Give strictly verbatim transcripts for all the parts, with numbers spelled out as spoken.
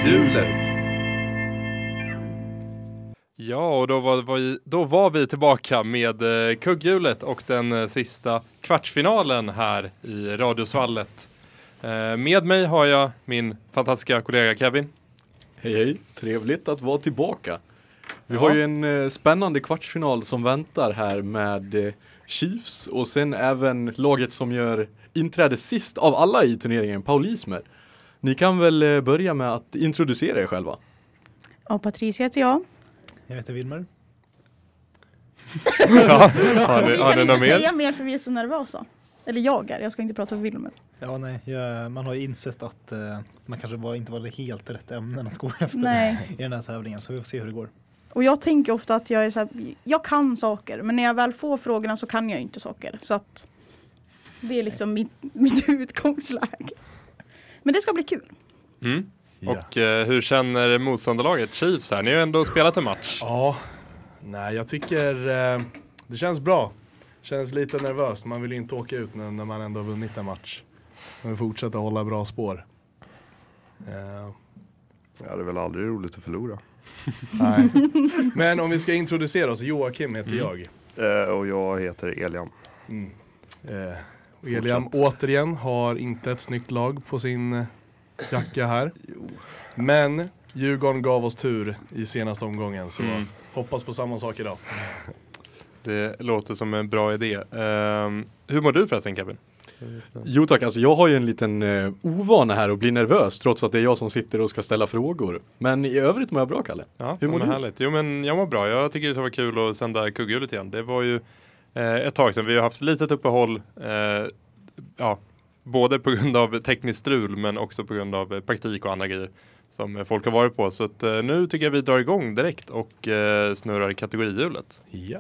Kugghjulet. Ja, och då var, var, då var vi tillbaka med eh, Kugghjulet och den eh, sista kvartsfinalen här i Radiosvallet. Eh, med mig har jag min fantastiska kollega Kevin. Hej hej, trevligt att vara tillbaka. Vi Ja. har ju en eh, spännande kvartsfinal som väntar här med eh, Chiefs och sen även laget som gör inträde sist av alla i turneringen, Paulismer. Ni kan väl eh, börja med att introducera er själva. Ja, Patricia heter jag. Jag heter Wilmer. Ja, har ni, Vi har kan ni inte något mer? säga mer för vi är så nervösa. Eller jag är, jag ska inte prata för Wilmer. Ja, nej, jag, man har ju insett att uh, man kanske var, inte var det helt rätt ämnen att gå efter Nej. i den här tävlingen, så vi får se hur det går. Och jag tänker ofta att jag är så här, jag kan saker, men när jag väl får frågorna så kan jag inte saker. Så att det är liksom mitt, mitt utgångsläge. Men det ska bli kul. Mm. Ja. Och eh, hur känner motståndarlaget Chiefs här? Ni har ju ändå spelat en match. Ja, nej jag tycker eh, det känns bra. Känns lite nervöst, man vill ju inte åka ut nu när man ändå har vunnit en match. Man vill fortsätta hålla bra spår. Eh, Ja, det är väl aldrig roligt att förlora. nej. Men om vi ska introducera oss, Joakim heter Mm. jag. Eh, och jag heter Eliam. Mm. Eh, och Eliam återigen har inte ett snyggt lag på sin eh, jacka här. Men Djurgården gav oss tur i senaste omgången, så Mm. hoppas på samma sak idag. Det låter som en bra idé. Um, hur mår du förresten, Kevin? Jo tack, alltså jag har ju en liten eh, ovana här och blir nervös trots att det är jag som sitter och ska ställa frågor. Men i övrigt mår jag bra, Kalle. Ja, Hur mår men du? härligt. Jo, men jag mår bra. Jag tycker det ska vara kul att sända Kugghjulet igen. Det var ju eh, ett tag sedan. Vi har haft litet uppehåll. Eh, ja, både på grund av tekniskt strul men också på grund av eh, praktik och andra grejer som eh, folk har varit på. Så att, eh, nu tycker jag vi drar igång direkt och eh, snurrar kategorihjulet. Ja.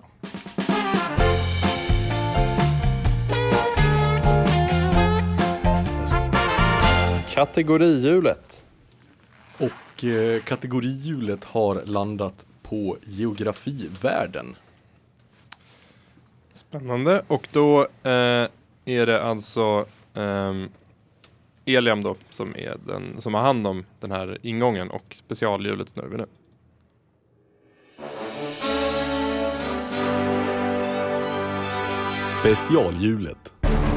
Kategorihjulet. Och eh, kategorihjulet har landat på geografivärlden. Spännande. Och då eh, är det alltså ehm, Eliam då som, är den, som har hand om den här ingången och specialhjulet snurrar vi nu. Specialhjulet.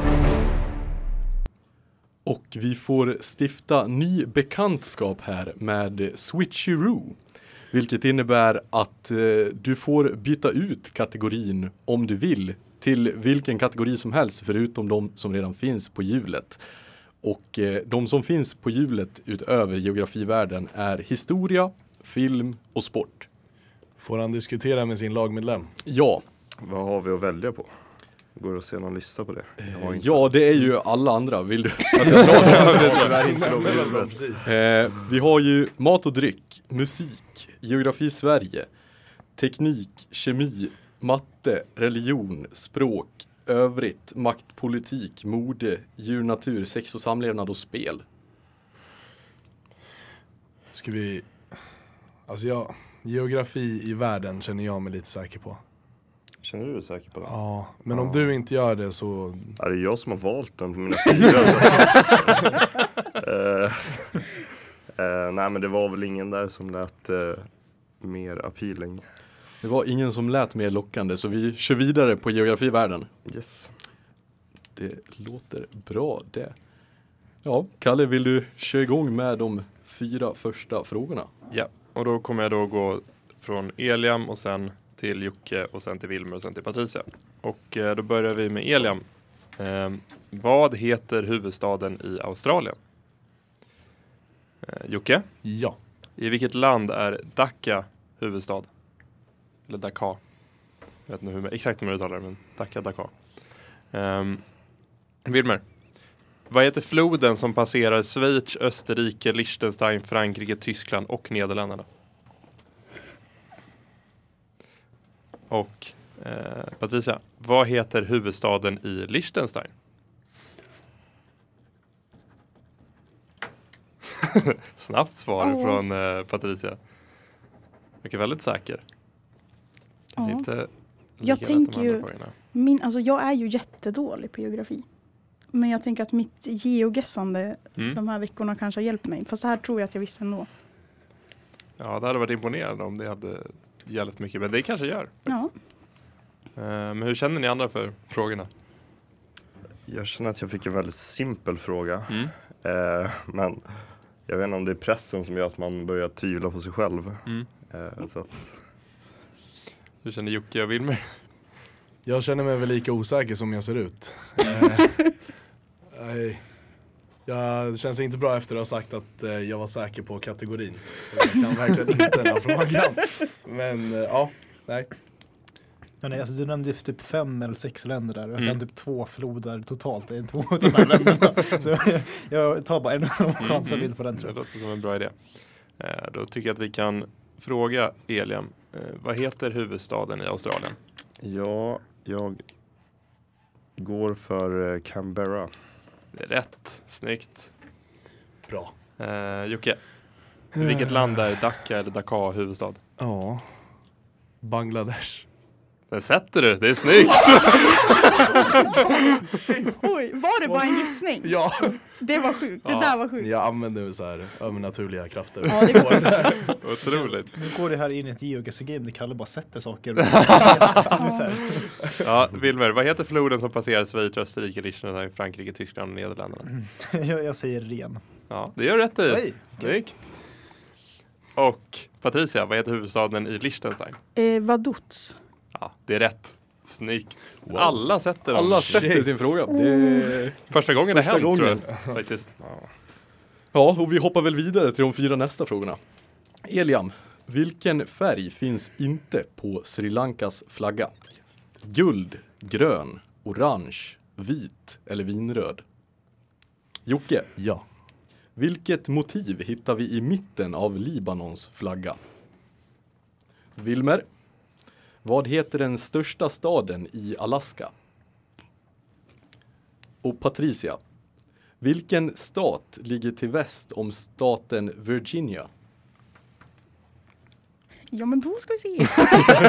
Och vi får stifta ny bekantskap här med Switcheroo. Vilket innebär att eh, du får byta ut kategorin om du vill till vilken kategori som helst förutom de som redan finns på hjulet. Och eh, de som finns på hjulet utöver geografivärlden är historia, film och sport. Får han diskutera med sin lagmedlem? Ja, Vad har vi att välja på? Går det att se någon lista på det? Jag har inte. ja det är ju alla andra. Vill du att jag drar det? Tyvärr inte de i huvudet. Eh, vi har ju mat och dryck, musik, geografi Sverige, teknik, kemi, matte, religion, språk, övrigt, makt, politik, mode, djur, natur, sex och samlevnad och spel. Ska vi... Alltså jag... Geografi i världen känner jag mig lite säker på. Känner du dig säker på det? Ja, men om Ja. du inte gör det så... Ja, det är jag som har valt den på mina fyra. uh, uh, nej, men det var väl ingen där som lät uh, mer appealing. Det var ingen som lät mer lockande så vi kör vidare på geografivärlden. Yes. Det låter bra det. Ja, Kalle, vill du köra igång med de fyra första frågorna? Ja, och då kommer jag då gå från Eliam och sen till Jocke och sen till Wilmer och sen till Patricia. Och eh, då börjar vi med Eliam. Eh, vad heter huvudstaden i Australien? Eh, Jocke, Ja. i vilket land är Dhaka huvudstad? Eller Dhaka. Jag vet inte hur, exakt hur man uttalar det, men Dhaka, Dhaka. Eh, Wilmer, vad heter floden som passerar Schweiz, Österrike, Liechtenstein, Frankrike, Tyskland och Nederländerna? Och eh, Patricia, vad heter huvudstaden i Liechtenstein? Snabbt svar Oh. från eh, Patricia. Mycket väldigt säker. Ja. Inte lika Jag lätt tänker de andra ju- frågorna. Min, alltså jag är ju jättedålig på geografi. Men jag tänker att mitt geogessande Mm. de här veckorna kanske har hjälpt mig. Fast det här tror jag att jag visste ändå. Ja, det hade varit imponerande om det hade hjälpt mycket. Men det kanske gör. Ja. Uh, men hur känner ni andra för frågorna? Jag känner att jag fick en väldigt simpel fråga. Mm. Eh, men jag vet inte om det är pressen som gör att man börjar tvivla på sig själv. Mm. Eh, så att... Hur känner Jocke och Wilmer? Jag känner mig väl lika osäker som jag ser ut. Eh, nej. Ja, det känns inte bra efter att ha sagt att eh, jag var säker på kategorin. Jag kan verkligen inte den här frågan. Men eh, ja, nej. Ja, nej, alltså, du nämnde typ fem eller sex länder där. Jag Mm. kan typ två floder totalt. Det är två av de här länderna. Så jag, jag tar bara en av de chanser Mm, vill på den, Det tror jag. låter som en bra idé. Eh, då tycker jag att vi kan fråga Elian. Eh, vad heter huvudstaden i Australien? Ja, jag går för eh, Canberra. Det är rätt. Snyggt. Bra. Eh, Jocke. Vilket land är Dhaka eller Dhaka huvudstad? Ja. Bangladesh. Den sätter du. Det är snyggt. Oj, var det bara en gissning? Ja, Det var sjukt. Det Ja. där var sjukt. jag använder så här övernaturliga krafter. Ja, det går. Otroligt. Nu går det här in i ett geografi-game där Kalle bara sätter saker. Nu så här. Ja, Wilmer. Vad heter floden som passerar Schweiz, Österrike, Liechtenstein, Frankrike, Tyskland och Nederländerna? jag, jag säger ren. Ja, det gör rätt i. Oj. Snyggt. Och Patricia, vad heter huvudstaden i Liechtenstein? Eh, Vaduz. Ja, det är rätt. Snyggt. Wow. Alla sätter dem. Alla sätter Shit. sin fråga. Det... Första gången det Första hänt, gången. tror jag. Faktiskt. Ja, och vi hoppar väl vidare till de fyra nästa frågorna. Elian, vilken färg finns inte på Sri Lankas flagga? Guld, grön, orange, vit eller vinröd? Jocke, Ja. vilket motiv hittar vi i mitten av Libanons flagga? Wilmer, vad heter den största staden i Alaska? Och Patricia, vilken stat ligger till väst om staten Virginia? Ja, men då ska vi se.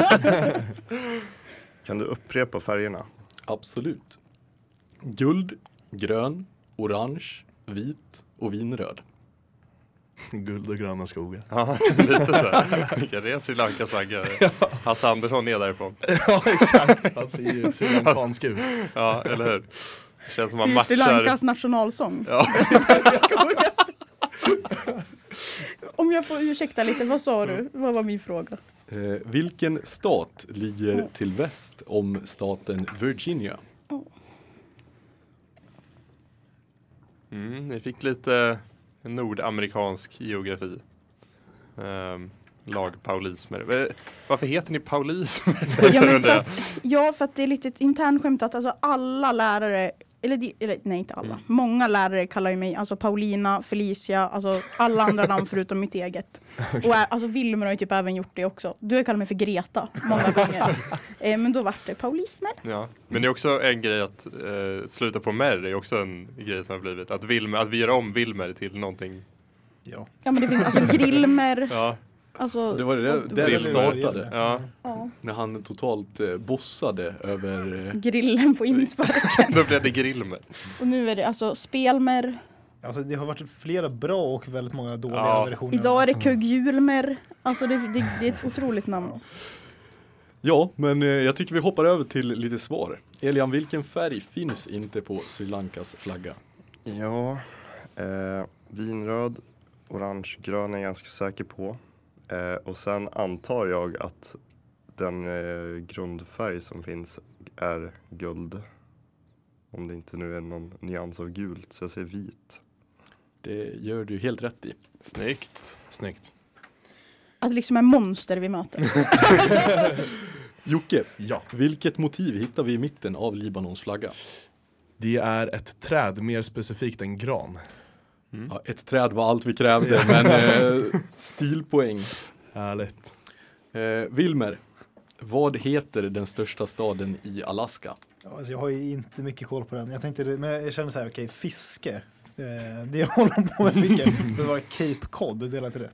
Kan du upprepa färgerna? Absolut. Guld, grön, orange, vit och vinröd. Guld och gröna skogar. Ja, lite så. Vilka det är Sri Lankas flagga. Hasse Andersson är därifrån. Ja, exakt. Han ser ju sri lankansk ut. Ja, eller hur? Det känns som Det man är Sri matchar. Lankas nationalsång. Ja. Skojar. Om jag får ursäkta lite, vad sa du? Vad var min fråga? Eh, vilken stat ligger till väst om staten Virginia? Mm, ni fick lite nordamerikansk geografi. Um, lag paulismer. Eh, Varför heter ni paulismer? Ja, men för att, ja, för att det är lite ett internskämt att alltså alla lärare, eller, de, eller nej inte alla, Mm. många lärare kallar ju mig alltså Paulina, Felicia, alltså alla andra namn förutom mitt eget. Och ä- alltså Wilmer har ju typ även gjort det också. Du har kallat mig för Greta många gånger. Eh, men då vart det paulismer. Ja, men det är också en grej att eh, sluta på mer är också en grej som har blivit. Att, Wilmer, att vi gör om Wilmer till någonting. Ja. Ja, men det finns alltså Grilmer. Ja, Alltså, Det var det där, och- där det startade. ja. ja, När han totalt eh, bossade över... Eh, grillen på insparken. Då blev det Grillmer. Och nu är det alltså spelmer. Alltså, det har varit flera bra och väldigt många dåliga Ja. versioner. Idag är det kugghjulmer. Alltså det, det, det är ett otroligt namn. ja, men eh, jag tycker vi hoppar över till lite svar. Elian, vilken färg finns inte på Sri Lankas flagga? Ja, eh, vinröd, orange, grön är jag ganska säker på. Eh, och sen antar jag att den eh, grundfärg som finns är guld. Om det inte nu är någon nyans av gult, så jag säger vit. Det gör du helt rätt i. Snyggt. Snyggt. Att det liksom är monster vi möter. Jocke, Ja. vilket motiv hittar vi i mitten av Libanons flagga? Det är ett träd, mer specifikt en gran. Mm. Ja, ett träd var allt vi krävde, men eh, stilpoäng. Härligt. Eh, Wilmer, vad heter den största staden i Alaska? Ja, alltså, jag har ju inte mycket koll på den. Jag tänkte, men jag känner så här, okej, fiske. Eh, det håller de på med mycket. Det var Cape Cod, det är inte rätt.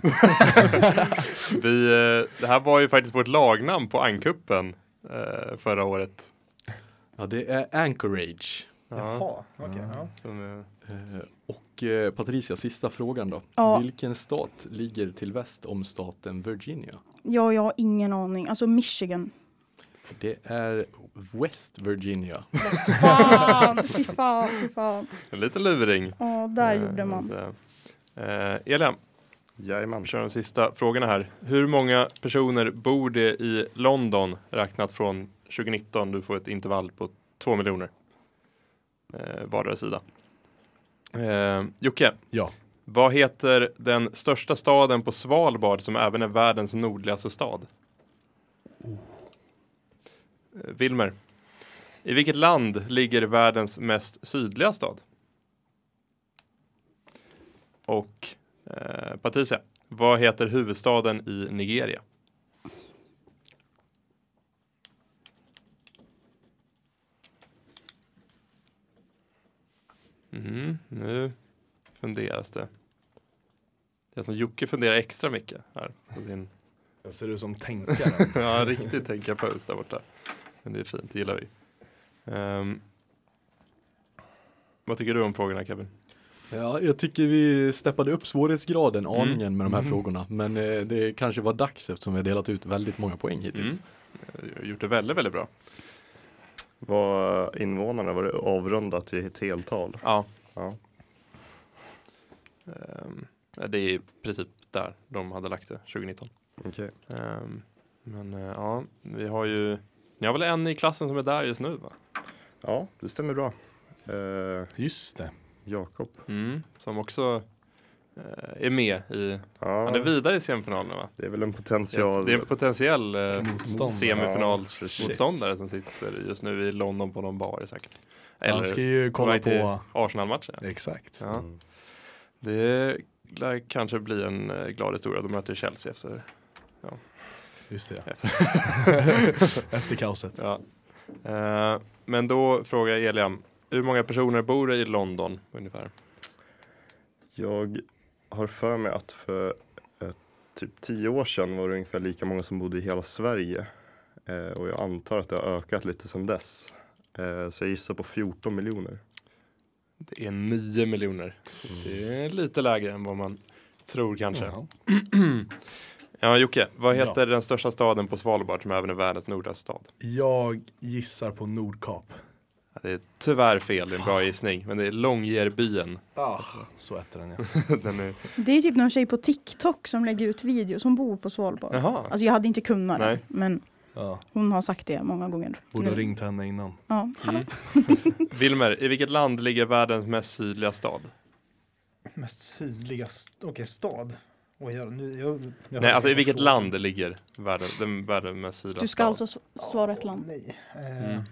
Vi, eh, det här var ju faktiskt vårt lagnamn på Ankuppen eh, förra året. Ja, det är Anchorage. Jaha, okej. ja. Som är- Eh, och eh, Patricia, sista frågan då. Ja. Vilken stat ligger till väst om staten Virginia? Ja, jag har ingen aning. Alltså Michigan. Det är West Virginia. Fan, fy fan, fy fan. En liten luring. Ja, där Eh, gjorde man. Eh, Elian, Jajamän. vi kör de sista frågorna här. Hur många personer bor det i London räknat från tjugonitton? Du får ett intervall på två miljoner. Eh, vardera sida. Eh, Jocke, Ja. vad heter den största staden på Svalbard som även är världens nordligaste stad? Eh, Wilmer, i vilket land ligger världens mest sydliga stad? Och eh, Patricia, vad heter huvudstaden i Nigeria? Mhm, nu funderas det. Det är som Jocke funderar extra mycket här på sin Jag ser ut som tänkaren. ja, riktigt tänka paus där borta. Men det är fint, det gillar vi. Ehm, vad tycker du om frågorna, Kevin? Ja, jag tycker vi steppade upp svårighetsgraden Mm. aningen med de här Mm. frågorna. Men eh, det kanske var dags eftersom vi har delat ut väldigt många poäng hittills. Mm. Jag har gjort det väldigt, väldigt bra. Var invånarna var det avrundat till ett heltal? Ja. Ja. Ehm, det är i princip där de hade lagt det tjugonitton. Okej. Ehm, men eh, ja, vi har ju, ni har väl en i klassen som är där just nu, va? Ja, det stämmer bra. Eh, Just det. Jakob. Mm, som också eh, är med i, Ja, han är vidare i semifinalen, va? det är väl en potential. Det är en potentiell eh, Motståndare. semifinalsmotståndare som sitter just nu i London på någon bar säkert. Han ska ju på kolla väg till på... Arsenal-matchen. Exakt. Ja. Mm. Det lär kanske bli en eh, glad historia. De möter Chelsea efter. Just det. efter. Efter kaoset. Ja. Eh, men då frågar jag Elian, hur många personer bor det i London ungefär? Jag har för mig att för eh, typ tio år sedan var det ungefär lika många som bodde i hela Sverige. Eh, och jag antar att det har ökat lite sedan dess. Eh, så jag gissar på fjorton miljoner. Det är nio miljoner. Det är lite lägre än vad man tror kanske. Jaha. Ja, Jocke, vad heter Ja. den största staden på Svalbard som även är världens nordligaste stad? Jag gissar på Nordkap. Ja, det är tyvärr fel, det är en bra gissning. Men det är Långyearbyen. Ah, så heter den, ja. Den är... Det är typ någon tjej på TikTok som lägger ut videos som bor på Svalbard. Jaha. Alltså jag hade inte kunnat det, Nej. men ja. hon har sagt det många gånger. Borde ha Nu. ringt henne innan. Ja. Mm. Wilmer, i vilket land ligger världens mest sydliga stad? Mest sydliga st- okay, stad. Oj, jag, nu, jag, jag Nej, har alltså i fel vilket fråga. land ligger världen, den världens mest sydliga Du ska stad? alltså s- svara ett land. Nej. Eh, Mm.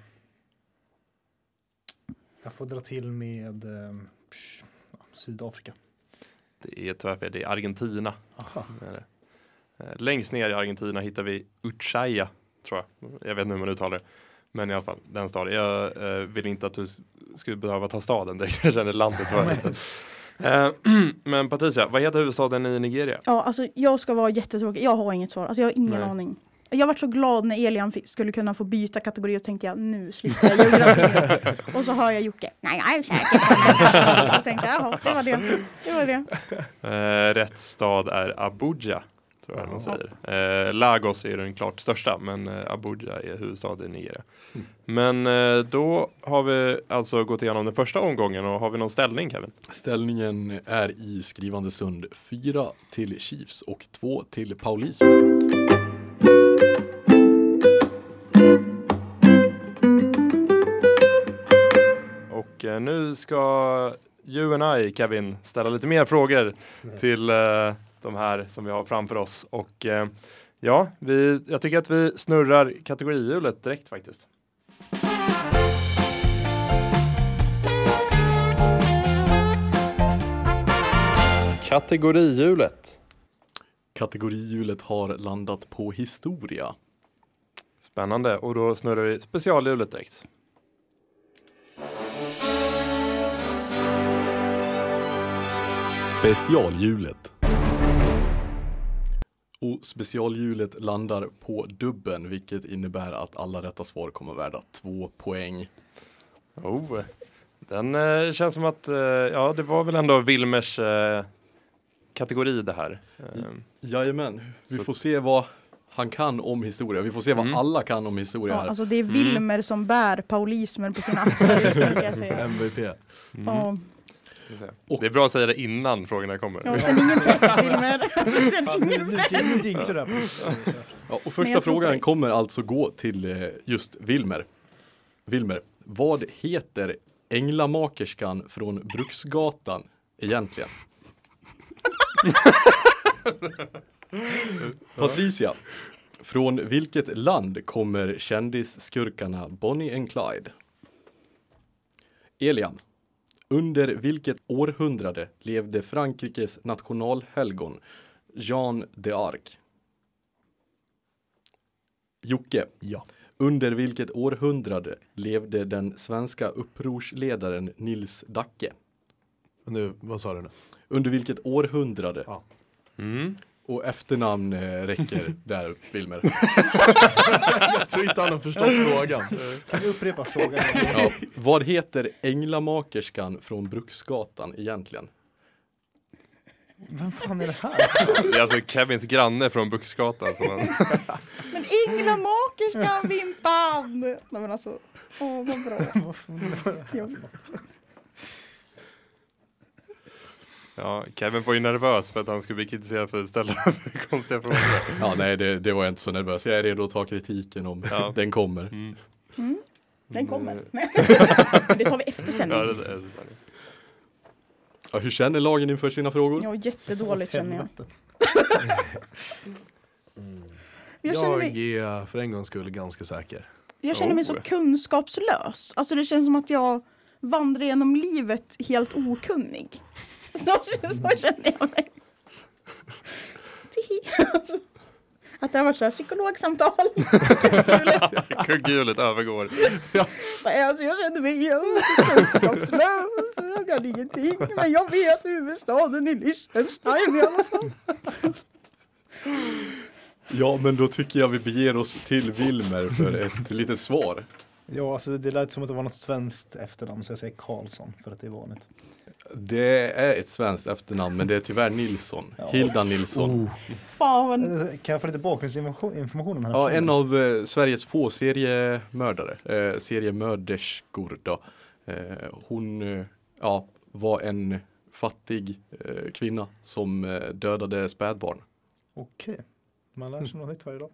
Jag får dra till med eh, psh, ja, Sydafrika. Det är tyvärr fel, det är Argentina. Aha. Det är det. Eh, Längst ner i Argentina hittar vi Ushuaia, tror jag. Jag vet inte hur man uttalar det. Men i alla fall, den staden. Jag eh, vill inte att du s- skulle behöva ta staden. Det jag känner landet var lite. Eh, men Patricia, vad heter huvudstaden i Nigeria? Ja, alltså jag ska vara jättetråkig. Jag har inget svar. Alltså jag har ingen Nej. aning. Jag var så glad när Elian fick, skulle kunna få byta kategori och tänkte jag nu slipper jag geografi. Och så hör jag Jocke. Nej, jag är säker. Och så tänkte jag, jaha, det var det. Det var det. Eh, rätt stad är Abuja, tror jag man säger. Eh, Lagos är den klart största, men eh, Abuja är huvudstaden i Nigeria. Men eh, då har vi alltså gått igenom den första omgången och har vi någon ställning, Kevin? Ställningen är i skrivande sund fyra till Chiefs och två till Paulis. Och eh, nu ska you and I, Kevin, ställa lite mer frågor till eh, de här som vi har framför oss. Och eh, ja, vi, jag tycker att vi snurrar kategorihjulet direkt faktiskt. Kategorihjulet. Kategorihjulet har landat på historia. Spännande. Och då snurrar vi specialhjulet direkt. Specialhjulet. Och specialhjulet landar på dubben, vilket innebär att alla rätta svar kommer värda två poäng. Oh, Den eh, känns som att, eh, ja det var väl ändå Wilmers eh, kategori det här. Eh, Jajamän, vi Så- får se vad han kan om historia. Vi får se vad Mm. alla kan om historia Ja, här. alltså det är Wilmer som bär paulismer på sina axlar just nu, kan jag säga. M V P. mm. Ja. Och- Det är bra att säga det innan frågorna kommer. Ja, känn ingen press, Wilmer. Alltså, känn Ja, nu, ingen nu, press. nu dynkte det här på. Ja, och Men första jag tror på frågan dig. kommer alltså gå till eh, just Wilmer. Wilmer, vad heter änglamakerskan från Bruksgatan egentligen? Patricia, från vilket land kommer kändisskurkarna Bonnie and Clyde? Elian, under vilket århundrade levde Frankrikes nationalhelgon Jeanne d'Arc? Jocke, Ja. under vilket århundrade levde den svenska upprorsledaren Nils Dacke? Nu, vad sa du nu? Under vilket århundrade? Ja. Mm. Och efternamn eh, räcker där, Wilmer. Jag tror inte han har förstått frågan. Kan vi upprepa frågan? Ja. Vad heter änglamakerskan från Bruksgatan egentligen? Vem fan är det här? Det är alltså Kevins granne från Buxgatan som han... Men änglamakerskan, Vimpan! Nej men alltså, åh vad bra. Vad fan var det här? Ja. Ja, Kevin var ju nervös för att han skulle bli kritiserad för att ställa konstiga frågor. Ja, nej, det, det var jag inte så nervös. Jag är redo att ta kritiken om Ja. den kommer. Mm. Mm, den kommer. Det tar vi efter sändning. Ja, det, det, det. Ja, hur känner lagen inför sina frågor? Ja, jättedåligt Åt känner jag. helvete. Jag känner Jag mig, är för en gångs skull ganska säker. jag känner mig så kunskapslös. Alltså det känns som att jag vandrar genom livet helt okunnig. Så, så känner jag mig. Alltså, att det har varit så här psykologsamtal. Kugghjulet övergår. Nej, alltså jag känner mig helt kunskapslös. Jag kan ingenting. Men jag vet huvudstaden i Liechtenstein i alla fall. Ja, men då tycker jag vi beger oss till Wilmer för ett litet svar. Ja, alltså det lät som att det var något svenskt efternamn, så jag säger Karlsson för att det är vanligt. Det är ett svenskt efternamn, men det är tyvärr Nilsson. Ja. Hilda Nilsson. Fan vad... Eh, Kan jag få lite bakgrundsinformation information om den här Ja, personen? en av eh, Sveriges få seriemördare. Eh, seriemörderskor då. Eh, hon eh, ja, var en fattig eh, kvinna som eh, dödade spädbarn. Okej. Man lär sig något nytt varje dag.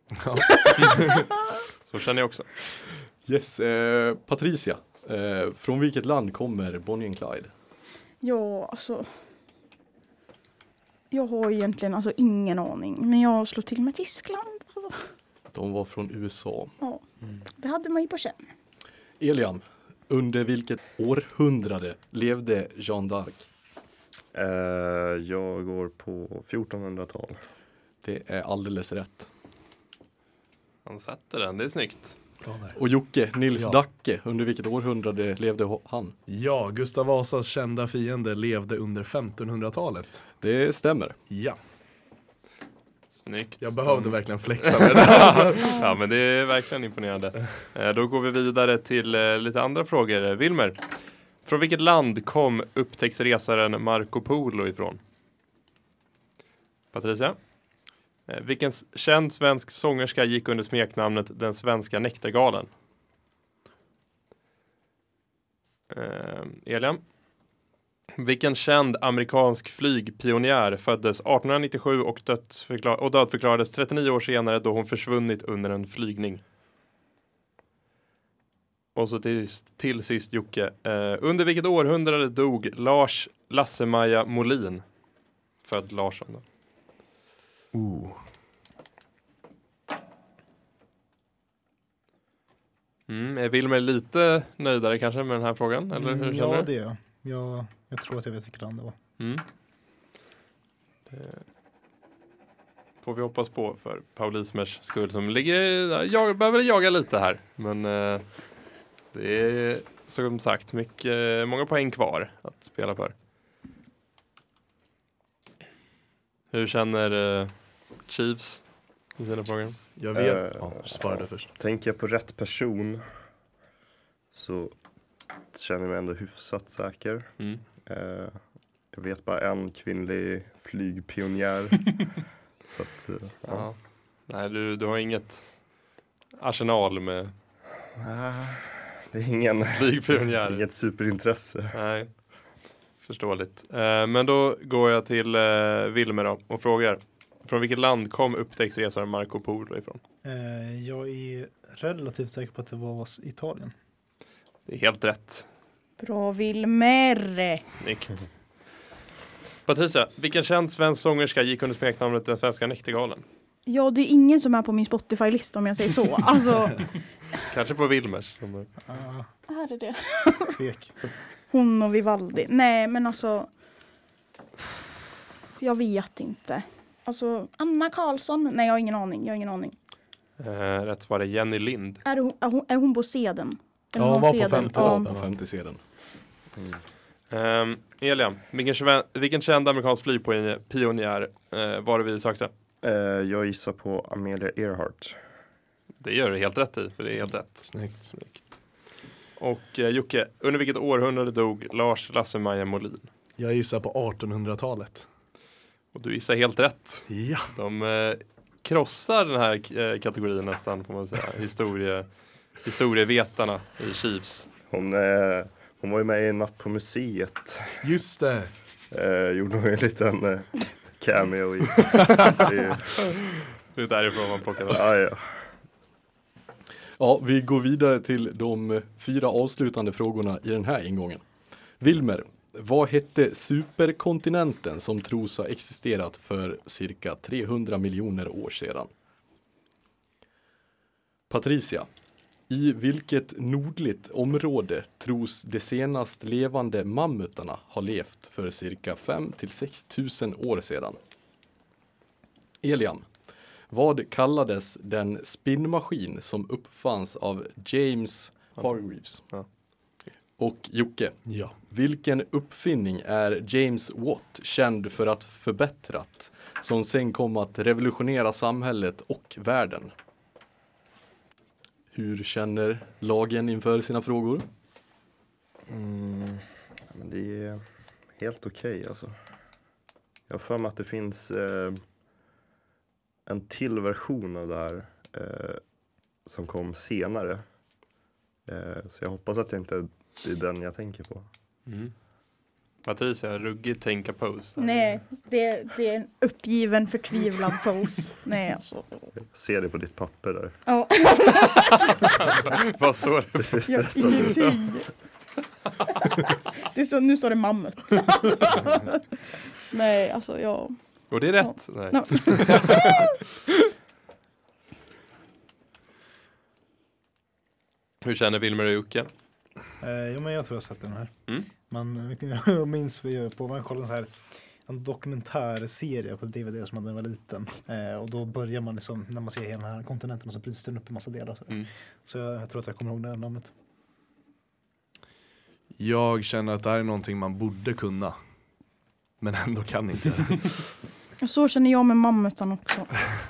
Så känner jag också. Yes, eh, Patricia. Eh, från vilket land kommer Bonnie and Clyde? Ja, alltså... Jag har egentligen alltså ingen aning. Men jag slår till med Tyskland. Alltså, De var från U S A. ja, det hade man ju på känn. Elian, under vilket århundrade levde Jeanne d'Arc? Eh, jag går på fjortonhundratal. Det är alldeles rätt. Han sätter den, det är snyggt. Och Jocke, Nils Ja. Dacke, under vilket århundrade levde ho- han? Ja, Gustav Vasas kända fiende levde under femtonhundratalet. Det stämmer. Ja, Snyggt. jag behövde verkligen flexa med det. Alltså. Ja, men det är verkligen imponerande. Eh, då går vi vidare till eh, lite andra frågor. Wilmer, från vilket land kom upptäcktsresaren Marco Polo ifrån? Patricia? Eh, vilken s- känd svensk sångerska gick under smeknamnet Den svenska Näktergalen? Eh, Elian? Vilken känd amerikansk flygpionjär föddes artonhundranittiosju och, dödsförklar- och dödförklarades trettionio år senare då hon försvunnit under en flygning? Och så till, till sist Jocke. Eh, under vilket århundrade dog Lars Lasse-Maja Molin? Född Larsson då. Oh. Mm, är Wilmer lite nöjdare kanske med den här frågan? Eller hur Mm, känner ja, du? det är jag. jag. Jag tror att jag vet vilket land det var. Mm. Det får vi hoppas på för Paul Ismers skull som ligger, jag behöver jaga lite här. Men eh, det är som sagt mycket, många poäng kvar att spela för. Hur känner eh, Chiefs i sina frågor? Jag vet. Eh, Ja, svara du först. Tänker jag på rätt person så känner mig ändå hyfsat säker. Mm. Eh, jag vet bara en kvinnlig flygpionjär. Så att, eh, ja. Ja. Nej, du, du har inget arsenal med Ah, det är ingen, flygpionjärer. inget superintresse. Nej, förståeligt. Eh, men då går jag till eh, Wilmer då och frågar. Från vilket land kom upptäcktsresaren Marco Polo ifrån? Eh, jag är relativt säker på att det var Italien. Det är helt rätt. Bra Wilmer! Snyggt. Patricia, vilken känd svensk sångerska gick under smeknamnet Den svenska näktergalen? Ja, det är ingen som är på min Spotify-lista om jag säger så. Alltså, Kanske på Wilmers. Ah, är det det? tvek. Hon och Vivaldi. Nej, men alltså... Jag vet inte. Alltså, Anna Karlsson? Nej, jag har ingen aning. Jag har ingen aning. Eh, rätt svar är Jenny Lind. Är hon, är hon, är hon på seden? Eller Ja, hon någon var på seden? femte Ja. raden. Den femte sedeln. Um, Elia, vilken, känd- vilken känd amerikansk flygpionjär uh, var det vi sökte? Eh, jag gissar på Amelia Earhart. Det gör du helt rätt i, för det är helt rätt. Snyggt. Snyggt. Och uh, Jocke, under vilket århundrade dog Lars Lasse-Maja Molin? Jag gissar på artonhundratalet. Och du gissar helt rätt. Ja. De uh, krossar den här uh, kategorin nästan, får man säga. Historie, historievetarna i Chiefs. Hon, eh, hon var ju med i Natt på museet. Just det. Eh, gjorde hon en liten eh, cameo i. Så det är, Det är därifrån man plockar det. ja, ja. Ja, vi går vidare till de fyra avslutande frågorna i den här ingången. Wilmer, vad hette superkontinenten som tros ha existerat för cirka trehundra miljoner år sedan? Patricia, i vilket nordligt område tros de senast levande mammutarna ha levt för cirka fem till sex tusen år sedan? Elian, vad kallades den spinnmaskin som uppfanns av James Hargreaves? Ja. Och Jocke, Ja. vilken uppfinning är James Watt känd för att förbättrat som sen kom att revolutionera samhället och världen? Hur känner lagen inför sina frågor? Mm, men det är helt okej alltså. Jag har för mig att det finns eh, en till version av det här eh, som kom senare. Eh, så jag hoppas att det inte är den jag tänker på. Mm. Patricia, ruggigt tänka pose. Nej, det, det är en uppgiven, förtvivlad pose. Nej, alltså. Jag ser det på ditt papper där. Ja, Vad står det? Det ser jag stressad ut. ingenting. Det står, nu står det mammut. Alltså. Nej, alltså jag... Och det är rätt. Nej. No. Hur känner Wilmer och Jocke? Eh, jo, men jag tror jag har sett den här. Mm. Man, jag minns vi på man kollade så här en dokumentärserie på D V D som hade när jag var liten. Eh, och då börjar man liksom, när man ser hela den här kontinenten och så bryts den upp i massa delar. Så, Mm. så jag, jag tror att jag kommer ihåg det här namnet. Jag känner att det här är någonting man borde kunna. Men ändå kan inte. Så känner jag med mammutan också.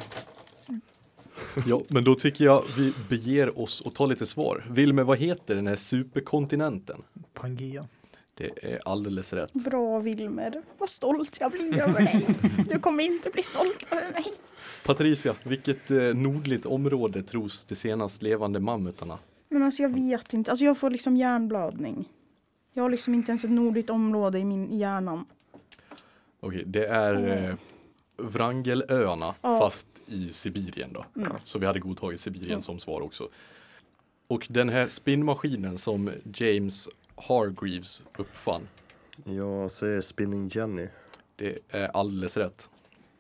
Ja, men då tycker jag vi beger oss och tar lite svar. Wilmer, vad heter den här superkontinenten? Pangea. Det är alldeles rätt. Bra Wilmer, vad stolt jag blir över dig. Du kommer inte bli stolt över mig. Patricia, vilket eh, nordligt område tros de senast levande mammutarna? Men alltså jag vet inte, alltså jag får liksom hjärnblödning. Jag har liksom inte ens ett nordligt område i min i hjärnan. Okej, det är eh, Wrangelöarna, Ja. fast i Sibirien då. Mm. Så vi hade godtagit Sibirien Mm. som svar också. Och den här spinnmaskinen som James Hargreaves uppfann, Jag säger Spinning Jenny. det är alldeles rätt.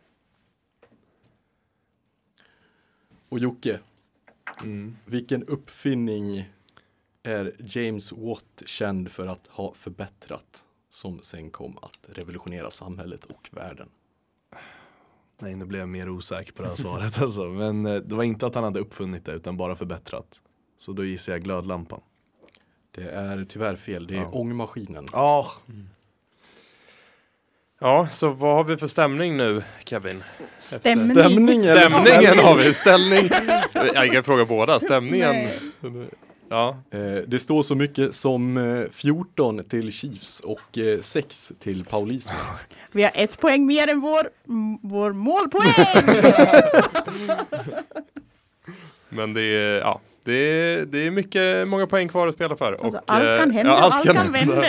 Och Jocke, Mm. vilken uppfinning är James Watt känd för att ha förbättrat som sen kom att revolutionera samhället och världen? Nej, nu blev jag mer osäker på det här svaret alltså. Men eh, det var inte att han hade uppfunnit det utan bara förbättrat. Så då gissar jag glödlampan. Det är tyvärr fel, det är Ja. ångmaskinen. Ja, Ja, så vad har vi för stämning nu, Kevin? Stämning. Stämning eller Stämningen har vi. Ställning. Jag kan fråga båda. Stämningen. Nej. Ja, Eh, det står så mycket som eh, fjorton till Chiefs och eh, sex till Paulismen. Vi har ett poäng mer än vår, m- vår målpoäng! men det är, ja, det är, det är mycket, många poäng kvar att spela för. Alltså, och, allt kan eh, hända, ja, allt kan vända.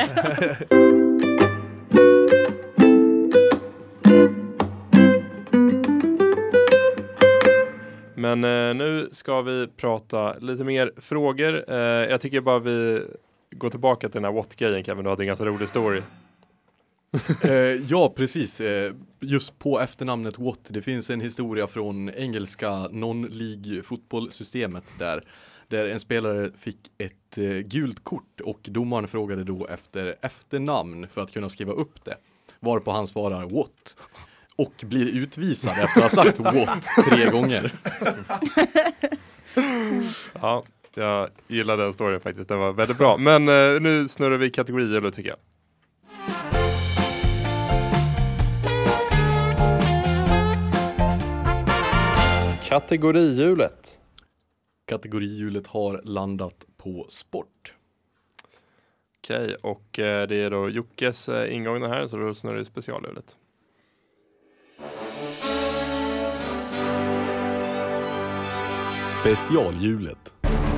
Men eh, nu ska vi prata lite mer frågor. Eh, jag tycker bara vi går tillbaka till den här what-grejen, Kevin. Du hade en ganska rolig story. Eh, ja, precis. Eh, just på efternamnet Watt. Det finns en historia från engelska non-league fotbollssystemet där, där en spelare fick ett eh, gult kort och domaren frågade då efter efternamn för att kunna skriva upp det. Varpå han svarar Watt. Och blir utvisad efter att ha sagt Watt tre gånger. Ja, jag gillar den storyn faktiskt. Den var väldigt bra. Men eh, nu snurrar vi kategorier då, tycker jag. Kategorihjulet. Kategorihjulet har landat på sport. Okej, och eh, det är då Jockes eh, ingång här, så då snurrar vi specialhjulet. Specialhjulet.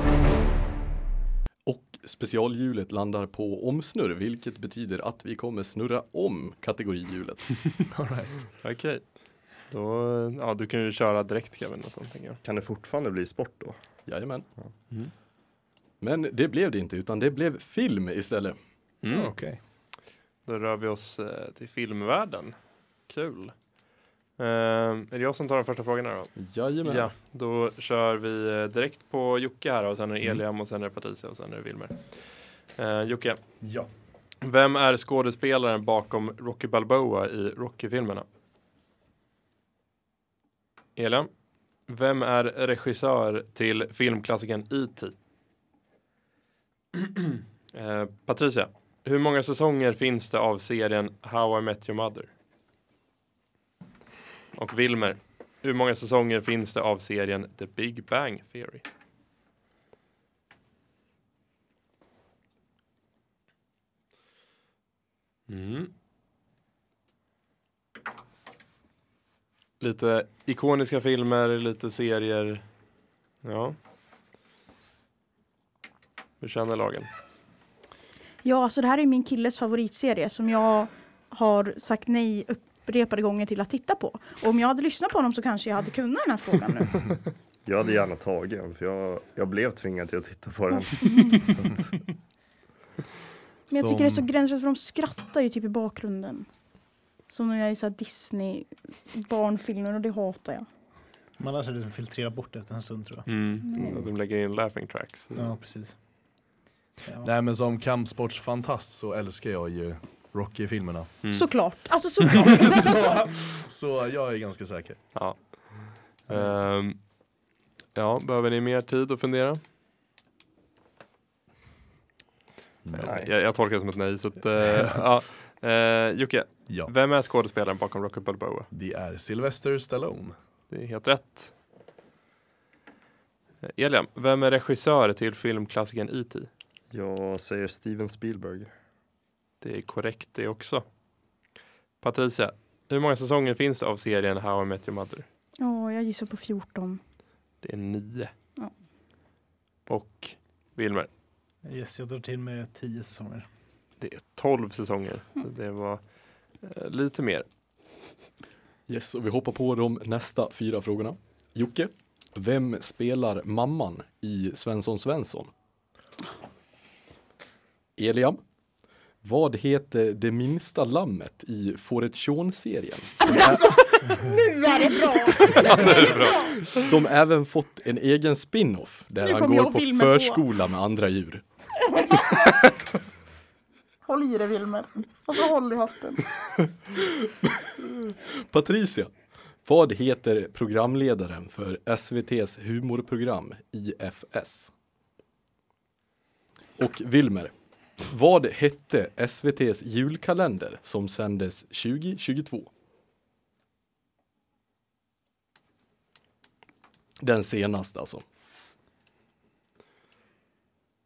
Och specialhjulet landar på omsnurr, vilket betyder att vi kommer snurra om kategorihjulet. All right. Okej. Då, ja, du kan ju köra direkt, Kevin, och sånt, tänker jag. Kan det fortfarande bli sport då? Jajamän. Mm. Men det blev det inte, utan det blev film istället. Mm. Ja, okej. Då rör vi oss eh, till filmvärlden. Kul. Eh, är det jag som tar den första frågan här då? Jajamän. Ja, då kör vi eh, direkt på Jocke här, och sen är det Mm. Eliam och sen är det Patricia och sen är det Wilmer. Eh, Jocke, Ja. vem är skådespelaren bakom Rocky Balboa i Rocky-filmerna? Eliam, vem är regissör till filmklassikern E T? eh, Patricia, hur många säsonger finns det av serien How I Met Your Mother? Och Wilmer, hur många säsonger finns det av serien The Big Bang Theory? Mm. Lite ikoniska filmer, lite serier. Ja. Hur känner lagen? Ja, så det här är min killes favoritserie som jag har sagt nej upprepade gånger till att titta på. Och om jag hade lyssnat på honom så kanske jag hade kunnat den här frågan nu. Jag hade gärna tagit den, för jag, jag blev tvingad till att titta på den. Så att, Men jag tycker det är så Som- gränslöst för de skrattar ju typ i bakgrunden. Som när jag är så här Disney barnfilmer och det hatar jag. Man lär sig liksom filtrera bort efter en stund, tror jag. Mm. Att de lägger in laughing tracks. Ja, precis. Ja. Nej, men som kampsportsfantast så älskar jag ju Rocky-filmerna. Mm. Såklart, alltså såklart. så, så jag är ganska säker. Ja. Ehm, ja, behöver ni mer tid att fundera? nej. Jag, jag tolkar det som ett nej. Så att, eh, ja. Uh, Jocke, Ja, vem är skådespelaren bakom Rocky Balboa? det är Sylvester Stallone. Det är helt rätt. Eh, Eliam, vem är regissör till filmklassikern E T? Jag säger Steven Spielberg. Det är korrekt det också. Patricia, hur många säsonger finns det av serien How I Met Your Mother? Ja, jag gissar på fjorton. Det är nio. Ja. Och Wilmer, Yes, jag drar till med tio säsonger. det är tolv säsonger. Så det var eh, lite mer. Yes, och vi hoppar på de nästa fyra frågorna. Jocke, vem spelar mamman i Svensson Svensson? Eliam, vad heter det minsta lammet i Fåret Tjorn-serien? Som, ä- Nu är det bra! Ja, det är bra. som även fått en egen spin-off där Nu han kommer jag går och på filmer på. förskola med andra djur. Håll i det, Wilmer. Alltså håll i hatten. Patricia, vad heter programledaren för S V T:s humorprogram I F S? Och Wilmer, vad hette S V T:s julkalender som sändes tjugo tjugotvå? Den senaste alltså.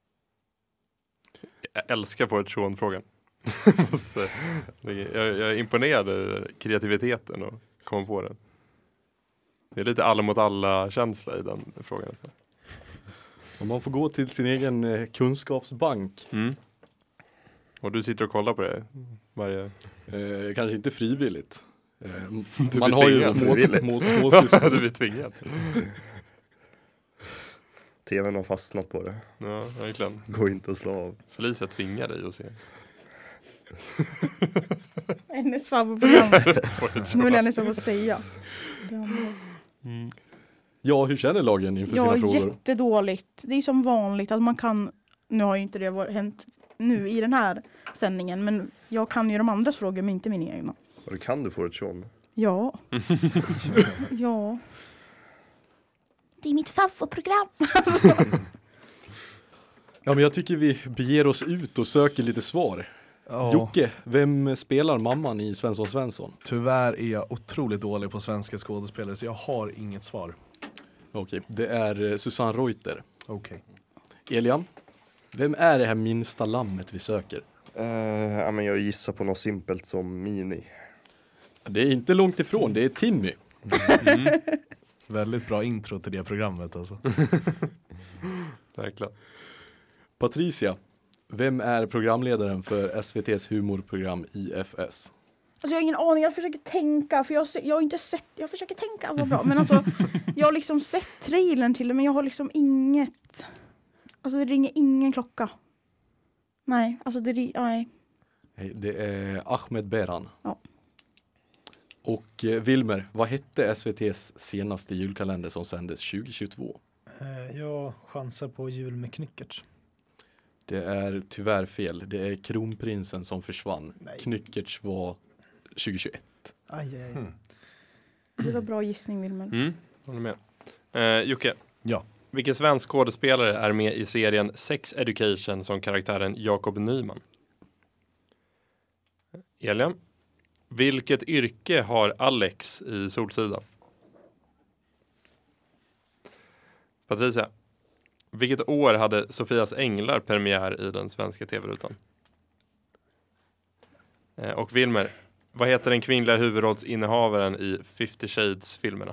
jag älskar på ett frågan. jag, jag är imponerad över kreativiteten och kommer på den. Det är lite alla mot alla känsla i den frågan. Om man får gå till sin egen eh, kunskapsbank. Mm. Och du sitter och kollar på det varje... Eh, kanske inte frivilligt. Eh, Du man blir har ju tvingad. små, Frivilligt. små, små syskon. Du blir tvingad. Tvn har fastnat på det. Ja, verkligen. Gå inte och slå av. Felicia tvingar dig att se. Hennes favoritprogram. Nu vill jag nästan få säga. Mm. Ja, hur känner lagen inför Ja, sina frågor? jättedåligt. Det är som vanligt att man kan, nu har ju inte det varit- hänt nu i den här sändningen, men jag kan ju de andras frågor men inte mina egna. Och då kan du få ett tjon. Ja. Ja. Det är mitt favoritprogram. Ja, men jag tycker vi beger oss ut och söker lite svar. Ja, Jocke, vem spelar mamman i Svensson Svensson? tyvärr är jag otroligt dålig på svenska skådespelare så jag har inget svar. Okej, det är eh, Susanne Reuter. Okej. Elian, vem är det här minsta lammet vi söker? Uh, ja, men jag gissar på något simpelt som Mini. Det är inte långt ifrån, det är Timmy. Mm. Väldigt bra intro till det programmet alltså. Verkligen. Patricia, vem är programledaren för S V T:s humorprogram I F S? Alltså jag har ingen aning, jag försöker tänka, för jag, har se- jag har inte sett, jag försöker tänka vad bra, men alltså jag har liksom sett trailern till det, men jag har liksom inget, alltså det ringer ingen klocka. Nej, alltså det ri- nej. Nej, det är Ahmed Beran. Ja. Och eh, Wilmer, vad hette S V T:s senaste julkalender som sändes tjugohundratjugotvå? Eh, Jag chansar på Jul med Knyckertz. Det är tyvärr fel. Det är Kronprinsen som försvann. Nej. Knyckertz var tjugohundratjugoett. Aj, aj. Hmm. Det var bra gissning, Wilmer. Mm, håller med. Eh, Jocke, Ja. vilken svensk skådespelare är med i serien Sex Education som karaktären Jakob Nyman? Elian, vilket yrke har Alex i Solsidan? Patricia, vilket år hade Sofias Änglar premiär i den svenska tv-rutan? Eh, och Wilmer, vad heter den kvinnliga huvudrollsinnehavaren i Fifty Shades-filmerna?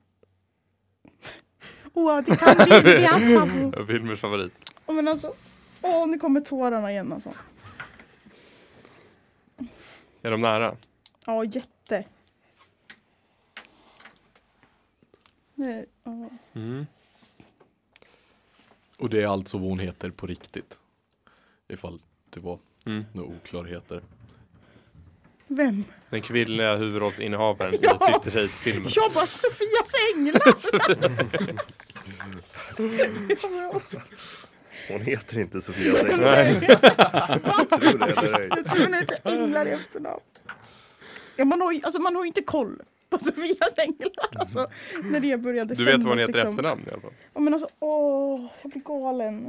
Åh, det kan bli det är hans favorit. Wilmers favorit. Åh, men alltså, åh, nu kommer tårarna igen alltså. Är de nära? Ja, jätte. Det, ja. Mm. Och det är alltså vad hon heter på riktigt. Ifall det var Mm. några oklarheter. Vem? Den kvinnliga huvudrollsinnehavaren Ja. i Fifty Shades-filmen. Jag bara, Sofias Änglar! Hon heter inte Sofia Sänglar. Nej. Tror det eller ej. Jag tror hon heter Änglar i efternamn. Ja, man har ju, alltså man har ju inte koll på Sofias Änglar. Alltså, när det började Du vet vad hon sändas, heter i liksom. efternamn i alla fall. Ja, men alltså, åh, jag blir galen.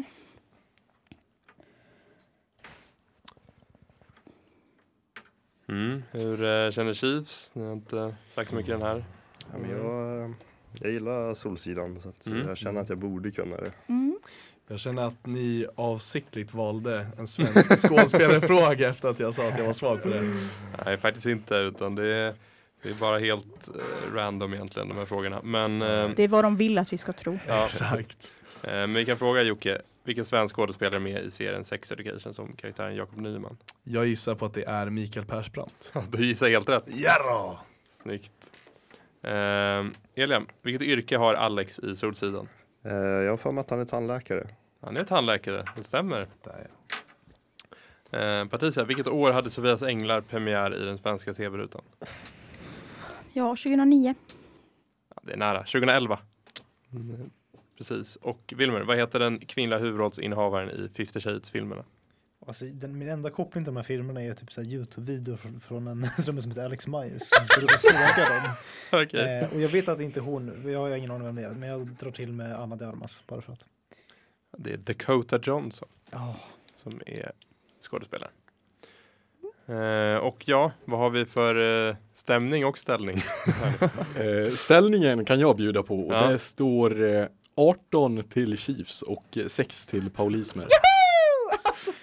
Mm. Hur eh, känner Chiefs? Ni har inte sagt så mycket i den här. Ja, men jag, eh, jag gillar Solsidan så att Mm. jag känner att jag borde kunna det. Mm. Jag känner att ni avsiktligt valde en svensk skådespelarfråga efter att jag sa att jag var svag på det. Nej, faktiskt inte. Utan det är, det är bara helt eh, random egentligen, de här frågorna. Men, eh, Det är vad de vill att vi ska tro. ja, Exakt. eh, men vi kan fråga Jocke. Vilken svensk skådespelare är med i serien Sex Education som karaktären Jakob Nyman? Jag gissar på att det är Mikael Persbrandt. Ja, du gissar helt rätt. Jarra! Snyggt. Eh, Elian, vilket yrke har Alex i Solsidan? Eh, jag har för mig att han är tandläkare. Han är tandläkare, det stämmer. Där, ja. Eh, Patricia, vilket år hade Sofias Änglar premiär i den svenska tv-rutan? Ja, tjugohundranio. Ja, det är nära, tjugohundraelva. Mm, precis. Och Wilmer, vad heter den kvinnliga huvudrollsinnehavaren i Fifty Shades-filmerna? Alltså, den, min enda koppling till de här filmerna är typ så här YouTube-videor från, från en snubbe som heter Alex Myers som står och sågar dem. Okej. Eh, och jag vet att det inte är hon, jag har ingen aning vem det är, men jag drar till med Anna de Armas bara för att. Det är Dakota Johnson Ja, som är skådespelare. Eh, och ja, vad har vi för eh, stämning och ställning? Eh, ställningen kan jag bjuda på. Och Ja. det står eh, arton till Chiefs och eh, sex till Paulismer.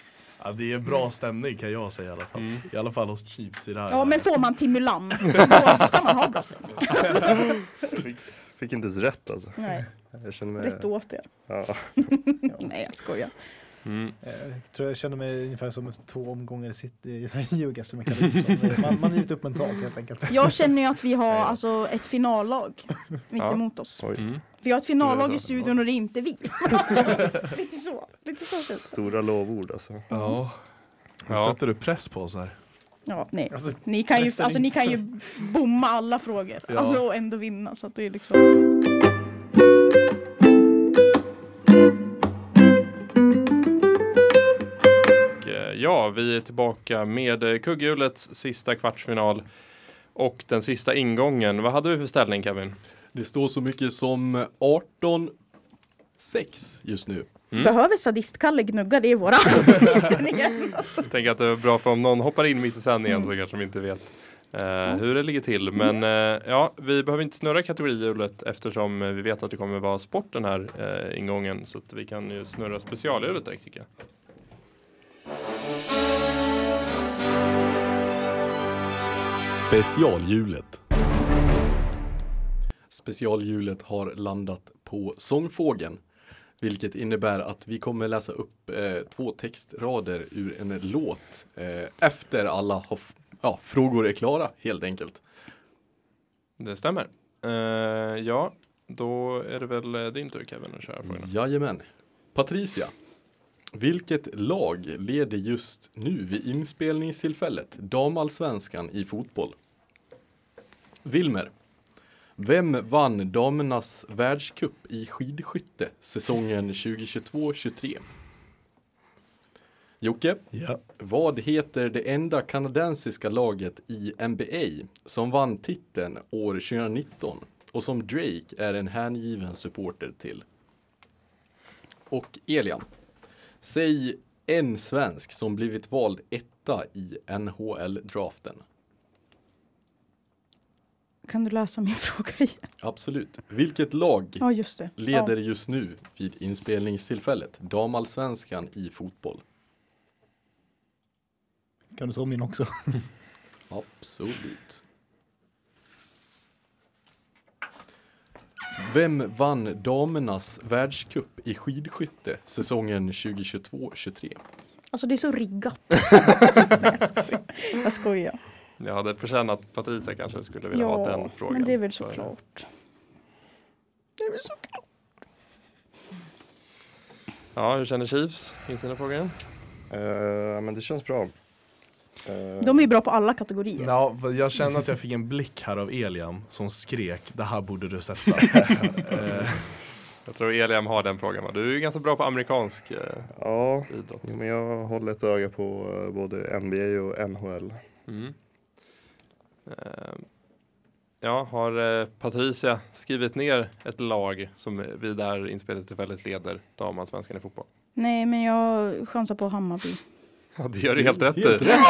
Ja, det är bra stämning kan jag säga i alla fall. Mm. I alla fall hos Chiefs i det här. Ja, men får man Timmy Lam, då ska man ha bra stämning. Fick, fick inte ens rätt alltså. Nej, jag känner mig... rätt åt er. Ja. Nej, jag skojar. Mm. Jag tror jag känner mig ungefär som efter två omgångar i sitt i yoga som jag kallar det. Man, man är givit upp mentalt helt enkelt. Jag känner ju att vi har alltså ett finallag mitt Ja. emot oss. Mm. Vi har ett finallag i studion och det är inte vi. Lite så. Lite så känns det. Stora lovord alltså. Ja. Nu Ja. sätter du press på oss här. Ja, nej. Alltså, Ni kan ju, nästan alltså, ni inte. kan ju bomma alla frågor. Ja. Alltså och ändå vinna. Så att det är liksom... Ja, vi är tillbaka med kugghjulets sista kvartsfinal och den sista ingången. Vad hade vi för ställning, Kevin? Det står så mycket som arton sex just nu. Mm. Behöver sadistkalle gnugga det i våra ansikten igen? Alltså. Jag tänker att det är bra för om någon hoppar in mitt i sändningen så kanske de inte vet eh, hur det ligger till. Men eh, ja, vi behöver inte snurra kategorihjulet eftersom vi vet att det kommer vara sport den här eh, ingången. Så att vi kan ju snurra specialhjulet direkt tycker jag. Specialhjulet. Specialhjulet har landat på sångfågeln. Vilket innebär att vi kommer läsa upp eh, två textrader ur en låt eh, efter alla hof- ja, frågor är klara helt enkelt. Det stämmer. Eh, ja, då är det väl eh, din tur Kevin att köra frågorna. Jajamän. Patricia. Vilket lag leder just nu vid inspelningstillfället damallsvenskan i fotboll? Wilmer. Vem vann damernas världscup i skidskytte säsongen tjugohundratjugotvå tjugotre? Jocke. Ja. Vad heter det enda kanadensiska laget i N B A som vann titeln år tjugonitton och som Drake är en hängiven supporter till? Och Elian. Säg en svensk som blivit vald etta i N H L-draften. Kan du läsa min fråga igen? Absolut. Vilket lag Ja, just det. leder Ja. just nu vid inspelningstillfället damallsvenskan i fotboll? Kan du ta min också? Absolut. Vem vann damernas världscup i skidskytte säsongen tjugohundratjugotvå tjugotre? Alltså det är så riggat. Nej, jag skojar. Jag skojar. Jag hade förtjänat att Patricia kanske skulle vilja ha den frågan. men det är väl Så- såklart. Det är väl såklart. Ja, hur känner Chiefs? Finns det några frågor? Eh, men det känns bra. Eh, De är ju bra på alla kategorier. Ja, jag känner att jag fick en blick här av Elian som skrek, det här borde du sätta. Eh, Jag tror Eliam har den frågan. Va? Du är ju ganska bra på amerikansk eh, Ja, idrott. jo, men jag håller ett öga på eh, både N B A och N H L. Mm. Eh, ja, har eh, Patricia skrivit ner ett lag som vid det här inspelningstillfället leder damallsvenskan i fotboll? Nej, men jag chansar på Hammarby. Ja, det gör du helt rätt i. Helt rätt.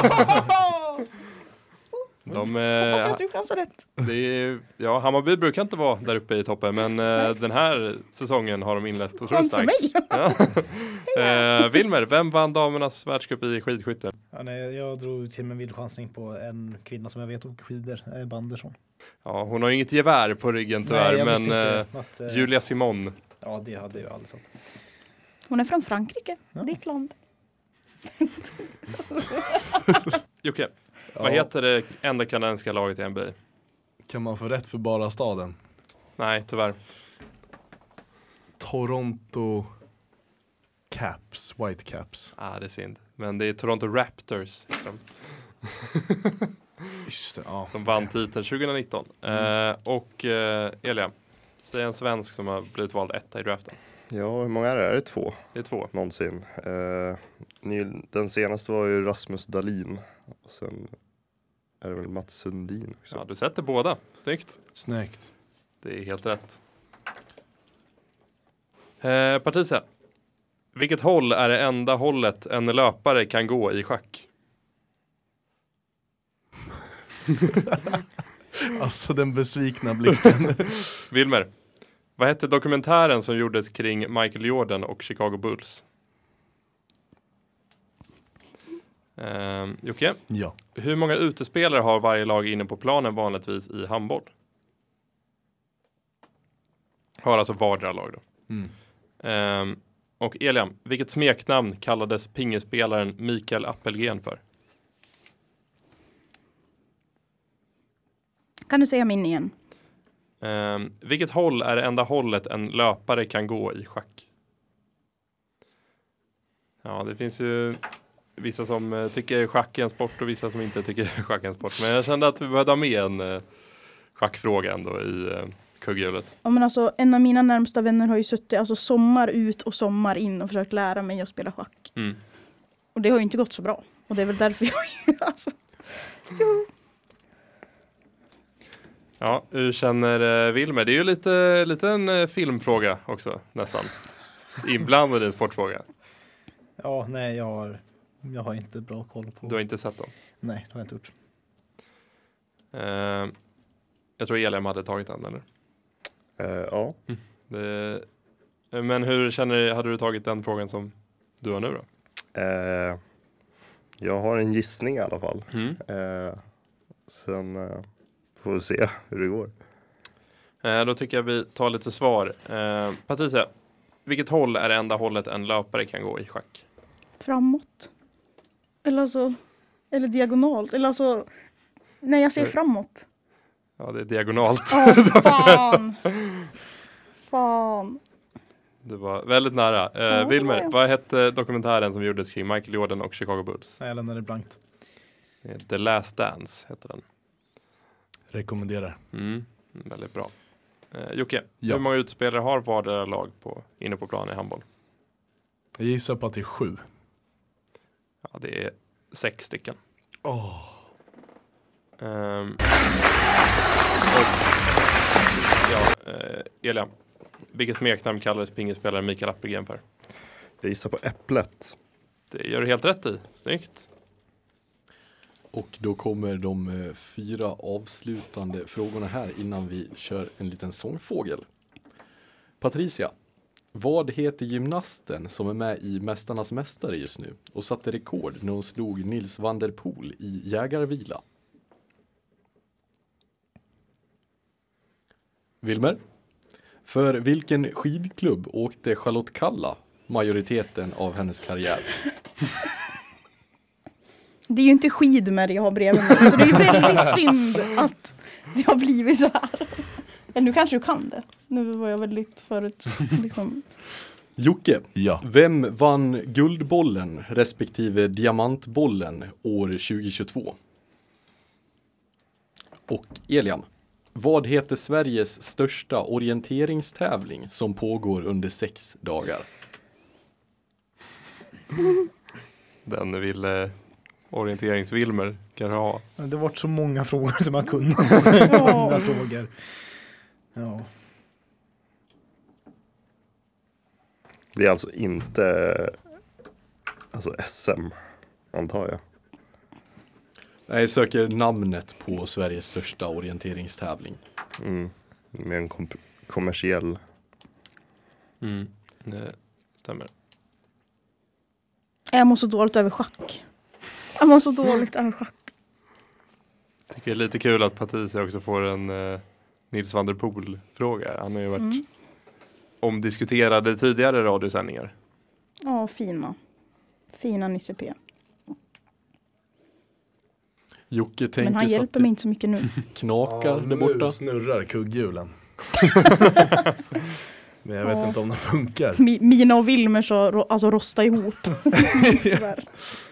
De, Hoppas eh, att du chansar rätt. det är, ja, Hammarby brukar inte vara där uppe i toppen, men eh, den här säsongen har de inlett otroligt Skönt för starkt. mig. Ja. eh, Wilmer, vem vann damernas världscup i skidskytte? Ja, nej, jag drog till med en vild chansning på en kvinna som jag vet åker skidor, eh, Bandersson. Ja, hon har ju inget gevär på ryggen tyvärr, Nej, jag visste men inte eh, att, eh, Julia Simon. Ja, det hade jag aldrig sagt. Hon är från Frankrike, Ja. ditt land. Jocke, ja, vad heter det enda kanadensiska laget i N B A? Kan man få rätt för bara staden? Nej, tyvärr. Toronto Caps, White Caps. Ah, det är synd. Men det är Toronto Raptors som, Just det, ja. som vann titeln tjugonitton. Mm. Eh, och eh, Elia, säg en svensk som har blivit vald etta i draften. Ja, hur många är det? Är det två Det är två. någonsin? Eh, ny, den senaste var ju Rasmus Dahlin. Och sen är det väl Mats Sundin också. Ja, du sätter båda. Snyggt. Snyggt. Det är helt rätt. Eh, Patricia, vilket håll är det enda hållet en löpare kan gå i schack? Alltså den besvikna blicken. Wilmer, vad hette dokumentären som gjordes kring Michael Jordan och Chicago Bulls? Eh, Jocke, Ja. hur många utespelare har varje lag inne på planen vanligtvis i handboll? Har alltså vardera lag då. Mm. Eh, och Eliam, vilket smeknamn kallades pingespelaren Mikael Appelgren för? Kan du säga min igen? Eh, vilket håll är det enda hållet en löpare kan gå i schack? Ja, det finns ju vissa som eh, tycker schack är en sport och vissa som inte tycker schack är en sport. Men jag kände att vi behövde ha med en eh, schackfråga ändå i eh, kugghjulet. Ja, men alltså, en av mina närmsta vänner har ju suttit alltså, sommar ut och sommar in och försökt lära mig att spela schack. Mm. Och det har ju inte gått så bra. Och det är väl därför jag... alltså, jo. Ja, hur känner eh, Wilmer? Det är ju lite, lite en eh, filmfråga också, nästan. Inblandad i en sportfråga. Ja, nej, jag har, jag har inte bra koll på... Du har inte sett dem? Nej, det har jag inte gjort. Eh, jag tror Eliam hade tagit den, eller? Eh, ja. Det, men hur känner hade du tagit den frågan som du har nu då? Eh, jag har en gissning i alla fall. Mm. Eh, sen eh, får vi se hur det går. Eh, då tycker jag vi tar lite svar. Eh, Patricia, vilket håll är det enda hållet en löpare kan gå i schack? Framåt. Eller alltså... Eller diagonalt. Eller alltså... Nej, jag säger framåt. Ja, det är diagonalt. Åh, fan! Fan. Det var väldigt nära. Eh, Ja, Wilmer, ja. vad hette dokumentären som gjordes kring Michael Jordan och Chicago Bulls? Nej, jag lämnar det blankt. Eh, The Last Dance heter den. Rekommenderar. Mm, väldigt bra. Eh, Jocke, Ja. hur många utspelare har vardera lag på, inne på plan i handboll? Jag gissar på att det är sju. Ja, det är sex stycken. Åh. Ehm, och, ja, eh, Eliam, vilket smeknamn kallades pingespelaren Mikael Appelgren för? Jag gissar på Äpplet. Det gör du helt rätt i. Snyggt. Och då kommer de eh, fyra avslutande frågorna här innan vi kör en liten sångfågel. Patricia, vad heter gymnasten som är med i Mästarnas mästare just nu och satte rekord när hon slog Nils van der Poel i jägarvila? Wilmer, för vilken skidklubb åkte Charlotte Kalla majoriteten av hennes karriär? Det är ju inte skidmer jag har bredvid mig. Så det är ju väldigt synd att det har blivit så här. Eller nu kanske du kan det. Nu var jag väldigt förut liksom... Jocke, Ja. vem vann Guldbollen respektive Diamantbollen år tjugohundratjugotvå? Och Eliam, vad heter Sveriges största orienteringstävling som pågår under sex dagar? Den vill eh, orienteringsvilmer kan du ha. Men det har varit så många frågor som man kunde. Ja. Många frågor. Ja. Det är alltså inte alltså S M, antar jag. Jag söker namnet på Sveriges största orienteringstävling. Mm. Med en kom- kommersiell. Mm, det stämmer. Jag mår så dåligt över schack. Jag mår så dåligt över schack. Jag tycker det är lite kul att Patricia också får en eh, Nils van der Poel-fråga. Han har ju varit Mm. omdiskuterad i tidigare radiosändningar. Ja, fina. Fina Nisse P. Jocke Men tänker han så att hjälper det mig inte så mycket nu. knakar där borta. snurrar kugghjulen. Men jag vet Ja. inte om det funkar. Mi- Mina och Wilmer så ro- alltså rosta ihop. Tyvärr.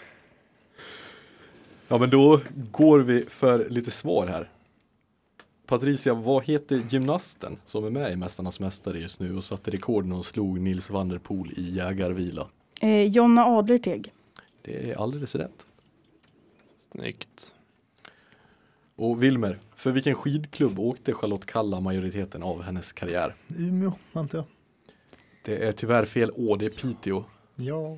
Ja, men då går vi för lite svar här. Patricia, vad heter gymnasten som är med i Mästarnas mästare just nu och satte rekord när hon slog Nils van der Poel i jägarvila? Eh, Jonna Adlerteg. Det är alldeles rätt. Snyggt. Och Wilmer, för vilken skidklubb åkte Charlotte Kalla majoriteten av hennes karriär? Umeå, antar jag. Det är tyvärr fel å, det är Piteå. Ja.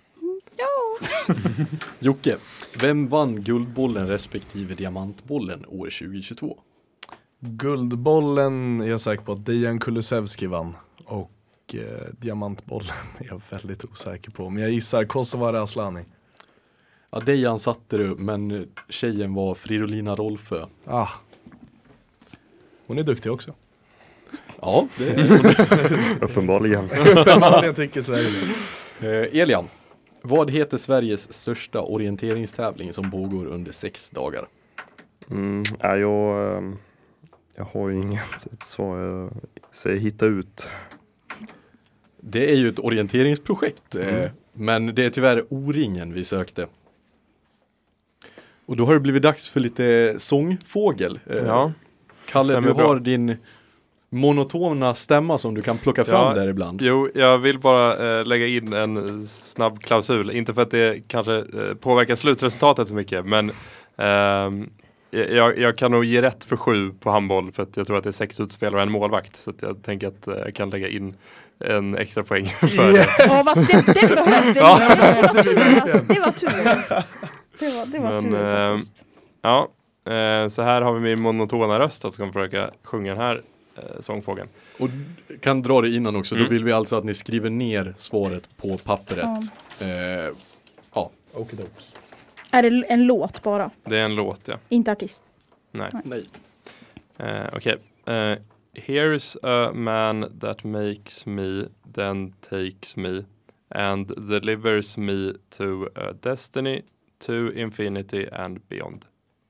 Jocke, vem vann Guldbollen respektive Diamantbollen år tjugohundratjugotvå? Guldbollen är jag säker på att Dejan Kulusevski vann. Och eh, Diamantbollen är jag väldigt osäker på. Men jag gissar Kosovare Asllani. Ja, Dejan satte du, men tjejen var Fridolina Rolfö. Ah. Hon är duktig också. Ja, det är Uppenbarligen. Uppenbarligen tycker Sverige. eh, Elian, vad heter Sveriges största orienteringstävling som pågår under sex dagar? Mm, ja, jag, ehm, jag har ju inget ett svar. Jag säger hitta ut. Det är ju ett orienteringsprojekt, eh, Mm. men det är tyvärr O-ringen vi sökte. Och då har det blivit dags för lite sångfågel. Eh, Ja, Kalle, stämmer du bra. har din monotona stämma som du kan plocka fram Ja, där ibland. jo, jag vill bara eh, lägga in en snabb klausul. Inte för att det kanske eh, påverkar slutresultatet så mycket, men ehm, jag, jag kan nog ge rätt för sju på handboll, för att jag tror att det är sex utspelare och en målvakt. Så att jag tänker att eh, jag kan lägga in en extra poäng för det. Ja, vad det, det behövde Ja. det. Det var tur. Det var, det var Men, tur eh, faktiskt. Ja, eh, så här har vi min monotona röst att ska försöka sjunga den här eh, sångfågeln. Och d- kan dra det innan också, Mm. då vill vi alltså att ni skriver ner svaret på pappret. Ja. Eh, ja, Okidoks. Är det en låt bara? Det är en låt, ja. Inte artist? Nej. nej. Uh, Okej. Eh, here's a man that makes me, then takes me, and delivers me to a destiny, to infinity and beyond.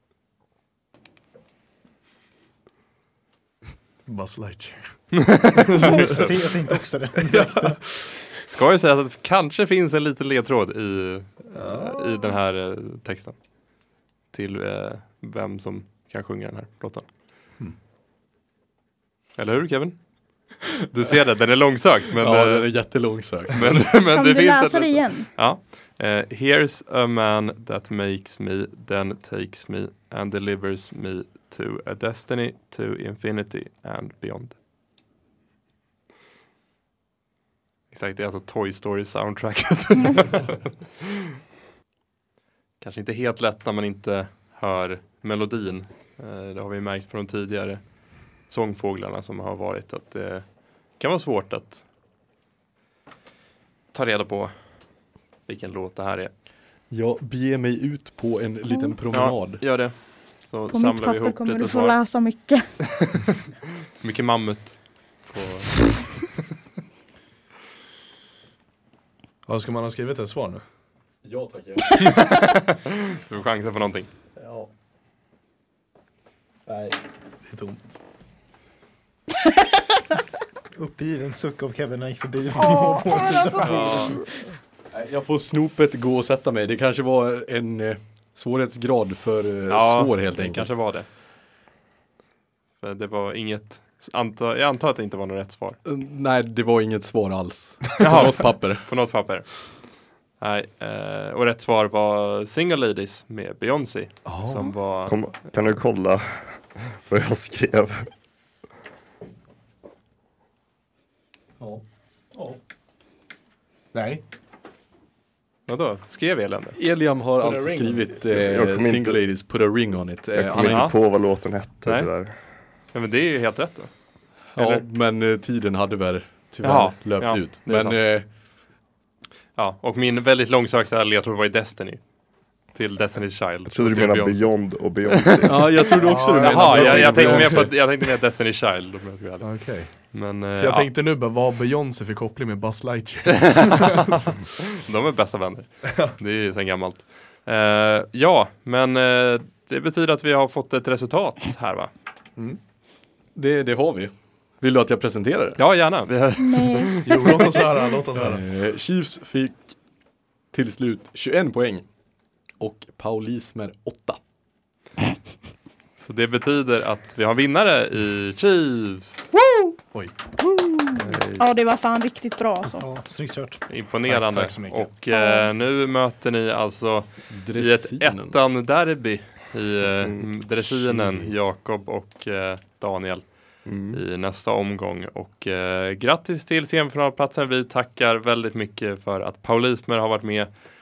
Buzz Lightyear. jag, tänkte, jag tänkte också det. Ska jag säga att det kanske finns en liten ledtråd i, i den här eh, texten. Till eh, vem som kan sjunga den här låten. Mm. Eller hur, Kevin? Du ser det, den är långsökt. Men, Ja, eh, det är jättelångsökt. men, men Kan det du finns läsa en det liten- igen? Ja. Uh, here's a man that makes me, then takes me, and delivers me to a destiny, to infinity and beyond. Exakt, det är alltså Toy Story soundtracket. Kanske inte helt lätt när man inte hör melodin. Uh, det har vi märkt på de tidigare sångfåglarna som har varit, att det kan vara svårt att ta reda på vilken låt det här är. Jag beger mig ut på en liten promenad. Ja, gör det. Så På mitt samlar vi papper ihop kommer lite du få svar. läsa mycket. Mycket mammut. På... Ja, ska man ha skrivit ett svar nu? Ja, tack. Du får chansen på någonting. Ja. Nej. Det är tomt. Uppgiven suck av Kevin när han gick förbi. Åh, på sidan. Ja, Nej, jag får snopet gå och sätta mig. Det kanske var en eh, svårighetsgrad för eh, ja, svår helt det enkelt. kanske var det. För det var inget... Anta, jag antar att det inte var något rätt svar. Eh, Nej, det var inget svar alls. Jaha. På något papper. På något papper. Nej, eh, och rätt svar var Single Ladies med Beyoncé. Som var... Kom, kan du kolla vad jag skrev? Ja. Ja. Nej. Vadå? Skrev Elin det? Eliam har Put a alltså ring on skrivit Jag eh, kom Single inte- Ladies Put a ring on it. Eh, Jag han kommer är- inte på vad låten hette Nej. tyvärr. Ja, men det är ju helt rätt då. ja, eller? men eh, tiden hade väl tyvärr Jaha, löpt ja, ut. det är Men eh, Ja, och min väldigt långsökta ledtråd var i Destiny. Till Destiny's Child. Jag trodde du Till menade Beyoncé. Beyond och Beyoncé. ja, jag trodde också du menade Jaha, jag, Beyoncé. jag, tänkte mer Beyoncé. på, jag tänkte mer Destiny's Child. Om jag ska vara ärlig. Okej. Men eh, För jag ja, tänkte nu bara vad Beyoncé för koppling med Buzz Lightyear. de är bästa vänner. Det är ju sen gammalt. Eh, ja, men eh, det betyder att vi har fått ett resultat här, va? Det, det har vi. Vill du att jag presenterar det? Ja, gärna. Vi har, Nej. Jo, låt oss höra, låt oss höra. Eh, Chiefs fick till slut tjugoen poäng. Och Paulismer åtta. så det betyder att vi har vinnare i Chiefs. Oj. Ja, det var fan riktigt bra alltså. Ja, snyggt kört. Imponerande. Tack, tack så mycket. Och eh, nu möter ni alltså i ett Dressinen. ettan-derby i eh, Mm. dressinen, Shit. Jakob och eh, Daniel Mm. i nästa omgång. Och eh, grattis till semifinalplatsen. Vi tackar väldigt mycket för att Paulismer har varit med